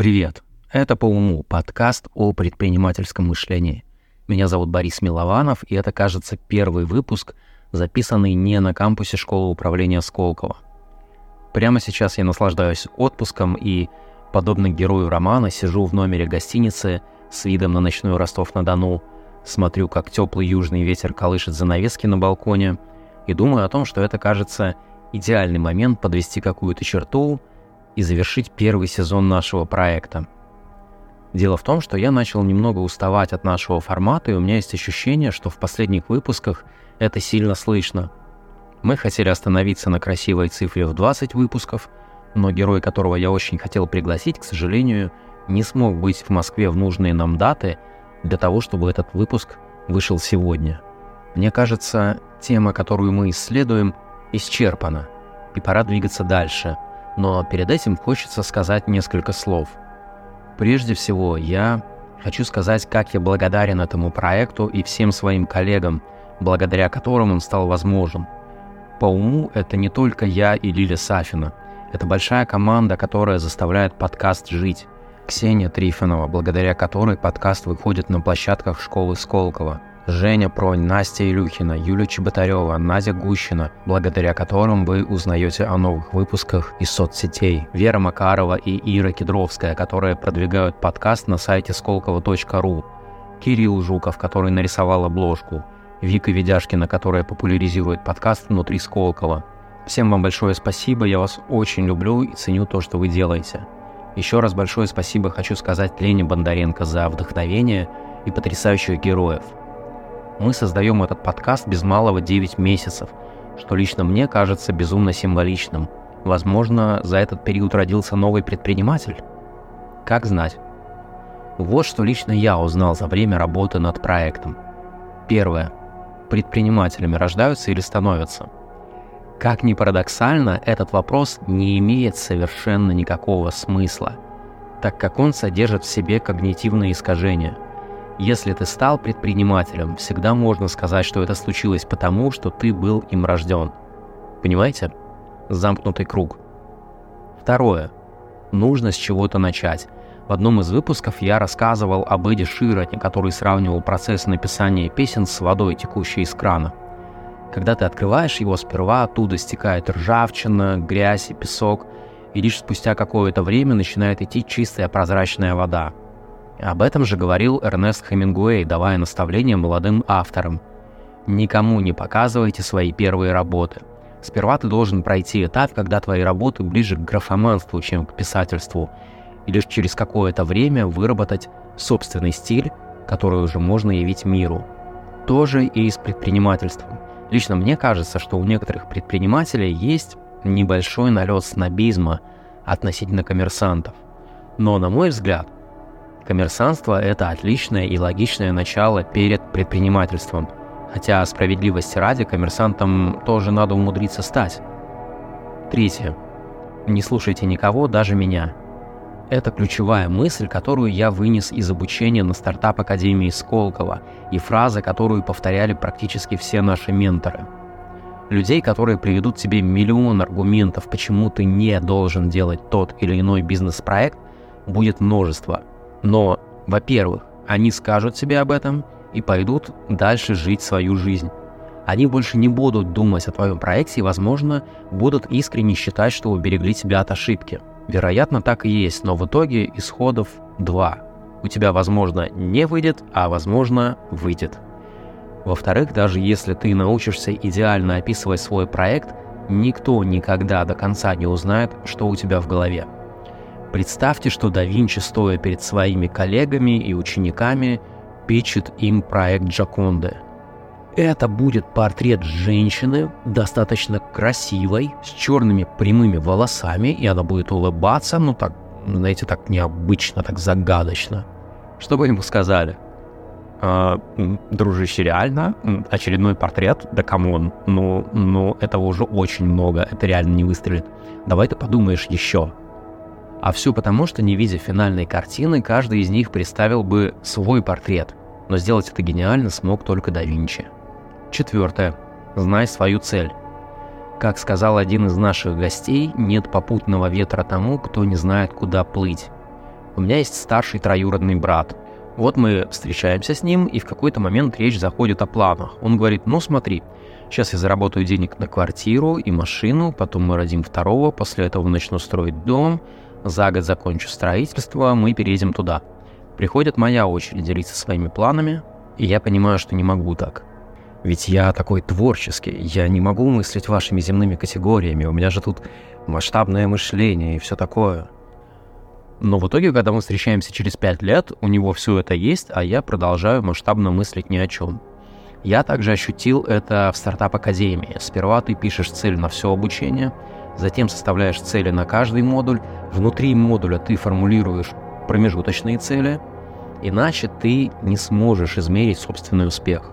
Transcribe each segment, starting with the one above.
Привет! Это «По уму» — подкаст о предпринимательском мышлении. Меня зовут Борис Милованов, и это, кажется, первый выпуск, записанный не на кампусе школы управления Сколково. Прямо сейчас я наслаждаюсь отпуском и, подобно герою романа, сижу в номере гостиницы с видом на ночной Ростов-на-Дону, смотрю, как теплый южный ветер колышет занавески на балконе, и думаю о том, что это, кажется, идеальный момент подвести какую-то черту и завершить первый сезон нашего проекта. Дело в том, что я начал немного уставать от нашего формата, и у меня есть ощущение, что в последних выпусках это сильно слышно. Мы хотели остановиться на красивой цифре в 20 выпусков, но герой, которого я очень хотел пригласить, к сожалению, не смог быть в Москве в нужные нам даты для того, чтобы этот выпуск вышел сегодня. Мне кажется, тема, которую мы исследуем, исчерпана, и пора двигаться дальше. Но перед этим хочется сказать несколько слов. Прежде всего, я хочу сказать, как я благодарен этому проекту и всем своим коллегам, благодаря которым он стал возможен. По уму это не только я и Лиля Сафина. Это большая команда, которая заставляет подкаст жить. Ксения Трифонова, благодаря которой подкаст выходит на площадках школы Сколково. Женя Пронь, Настя Илюхина, Юлия Чеботарева, Надя Гущина, благодаря которым вы узнаете о новых выпусках из соцсетей. Вера Макарова и Ира Кедровская, которые продвигают подкаст на сайте skolkovo.ru. Кирилл Жуков, который нарисовал обложку. Вика Ведяшкина, которая популяризирует подкаст внутри Сколково. Всем вам большое спасибо, я вас очень люблю и ценю то, что вы делаете. Еще раз большое спасибо хочу сказать Лене Бондаренко за вдохновение и потрясающих героев. Мы создаем этот подкаст без малого 9 месяцев, что лично мне кажется безумно символичным. Возможно, за этот период родился новый предприниматель? Как знать. Вот что лично я узнал за время работы над проектом. Первое. Предпринимателями рождаются или становятся? Как ни парадоксально, этот вопрос не имеет совершенно никакого смысла, так как он содержит в себе когнитивные искажения. Если ты стал предпринимателем, всегда можно сказать, что это случилось потому, что ты был им рожден. Понимаете? Замкнутый круг. Второе. Нужно с чего-то начать. В одном из выпусков я рассказывал об Эде Ширане, который сравнивал процесс написания песен с водой, текущей из крана. Когда ты открываешь его, сперва оттуда стекает ржавчина, грязь и песок, и лишь спустя какое-то время начинает идти чистая прозрачная вода. Об этом же говорил Эрнест Хемингуэй, давая наставления молодым авторам. Никому не показывайте свои первые работы. Сперва ты должен пройти этап, когда твои работы ближе к графоманству, чем к писательству, и лишь через какое-то время выработать собственный стиль, который уже можно явить миру. То же и с предпринимательством. Лично мне кажется, что у некоторых предпринимателей есть небольшой налет снобизма относительно коммерсантов. Но, на мой взгляд, коммерсантство – это отличное и логичное начало перед предпринимательством, хотя, справедливости ради, коммерсантом тоже надо умудриться стать. Третье. Не слушайте никого, даже меня. Это ключевая мысль, которую я вынес из обучения на стартап-академии Сколково, и фраза, которую повторяли практически все наши менторы. Людей, которые приведут тебе миллион аргументов, почему ты не должен делать тот или иной бизнес-проект, будет множество. Но, во-первых, они скажут себе об этом и пойдут дальше жить свою жизнь. Они больше не будут думать о твоем проекте и, возможно, будут искренне считать, что уберегли тебя от ошибки. Вероятно, так и есть, но в итоге исходов 2. У тебя, возможно, не выйдет, а, возможно, выйдет. Во-вторых, даже если ты научишься идеально описывать свой проект, никто никогда до конца не узнает, что у тебя в голове. Представьте, что да Винчи, стоя перед своими коллегами и учениками, питчит им проект Джоконды. Это будет портрет женщины, достаточно красивой, с черными прямыми волосами, и она будет улыбаться, так, знаете, так необычно, так загадочно. Что бы ему сказали? Дружище, реально? Очередной портрет? Да камон, этого уже очень много, это реально не выстрелит. Давай ты подумаешь еще. А все потому, что, не видя финальной картины, каждый из них представил бы свой портрет, но сделать это гениально смог только да Винчи. Четвертое. Знай свою цель. Как сказал один из наших гостей, нет попутного ветра тому, кто не знает, куда плыть. У меня есть старший троюродный брат. Вот мы встречаемся с ним, и в какой-то момент речь заходит о планах. Он говорит: ну смотри, сейчас я заработаю денег на квартиру и машину, потом мы родим второго, после этого начну строить дом, за год закончу строительство, мы переедем туда. Приходит моя очередь делиться своими планами, и я понимаю, что не могу так. Ведь я такой творческий, я не могу мыслить вашими земными категориями, у меня же тут масштабное мышление и все такое. Но в итоге, когда мы встречаемся через 5 лет, у него все это есть, а я продолжаю масштабно мыслить ни о чем. Я также ощутил это в стартап-академии. Сперва ты пишешь цель на все обучение, затем составляешь цели на каждый модуль, внутри модуля ты формулируешь промежуточные цели, иначе ты не сможешь измерить собственный успех.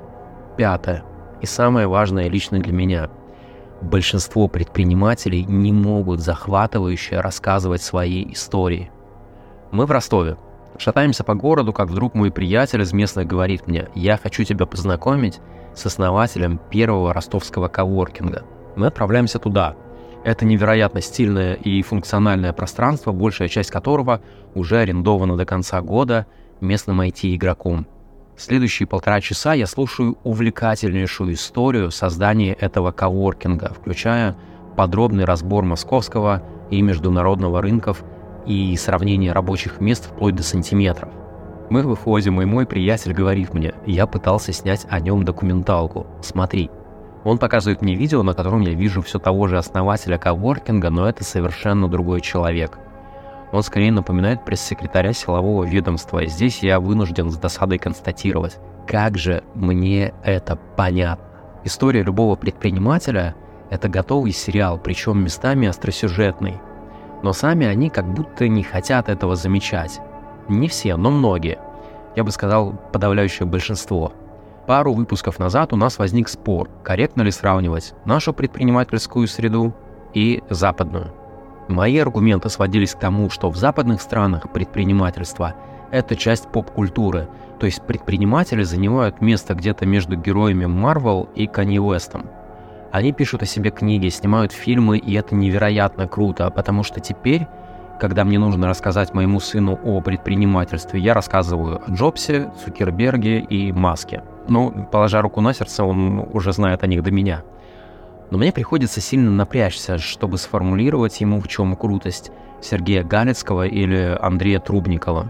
5. И самое важное лично для меня. Большинство предпринимателей не могут захватывающе рассказывать свои истории. Мы в Ростове. Шатаемся по городу, как вдруг мой приятель из местных говорит мне: я хочу тебя познакомить с основателем первого ростовского коворкинга. Мы отправляемся туда. Это невероятно стильное и функциональное пространство, большая часть которого уже арендована до конца года местным IT-игроком. Следующие 1,5 часа я слушаю увлекательнейшую историю создания этого коворкинга, включая подробный разбор московского и международного рынков и сравнение рабочих мест вплоть до сантиметров. Мы выходим, и мой приятель говорит мне: я пытался снять о нем документалку, смотри. Он показывает мне видео, на котором я вижу все того же основателя коворкинга, но это совершенно другой человек. Он скорее напоминает пресс-секретаря силового ведомства, и здесь я вынужден с досадой констатировать: как же мне это понятно. История любого предпринимателя — это готовый сериал, причем местами остросюжетный. Но сами они как будто не хотят этого замечать. Не все, но многие. Я бы сказал, подавляющее большинство. Пару выпусков назад у нас возник спор, корректно ли сравнивать нашу предпринимательскую среду и западную. Мои аргументы сводились к тому, что в западных странах предпринимательство — это часть поп-культуры, то есть предприниматели занимают место где-то между героями Марвел и Канье Уэстом. Они пишут о себе книги, снимают фильмы, и это невероятно круто, потому что теперь, когда мне нужно рассказать моему сыну о предпринимательстве, я рассказываю о Джобсе, Цукерберге и Маске. Ну, положа руку на сердце, он уже знает о них до меня. Но мне приходится сильно напрячься, чтобы сформулировать ему, в чем крутость Сергея Галицкого или Андрея Трубникова.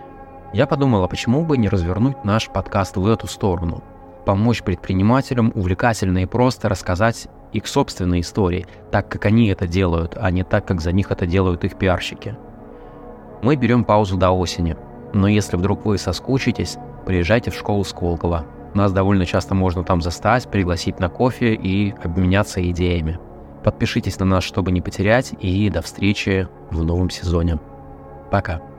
Я подумал, а почему бы не развернуть наш подкаст в эту сторону? Помочь предпринимателям увлекательно и просто рассказать их собственные истории, так как они это делают, а не так, как за них это делают их пиарщики. Мы берем паузу до осени, но если вдруг вы соскучитесь, приезжайте в школу Сколково. Нас довольно часто можно там застать, пригласить на кофе и обменяться идеями. Подпишитесь на нас, чтобы не потерять, и до встречи в новом сезоне. Пока.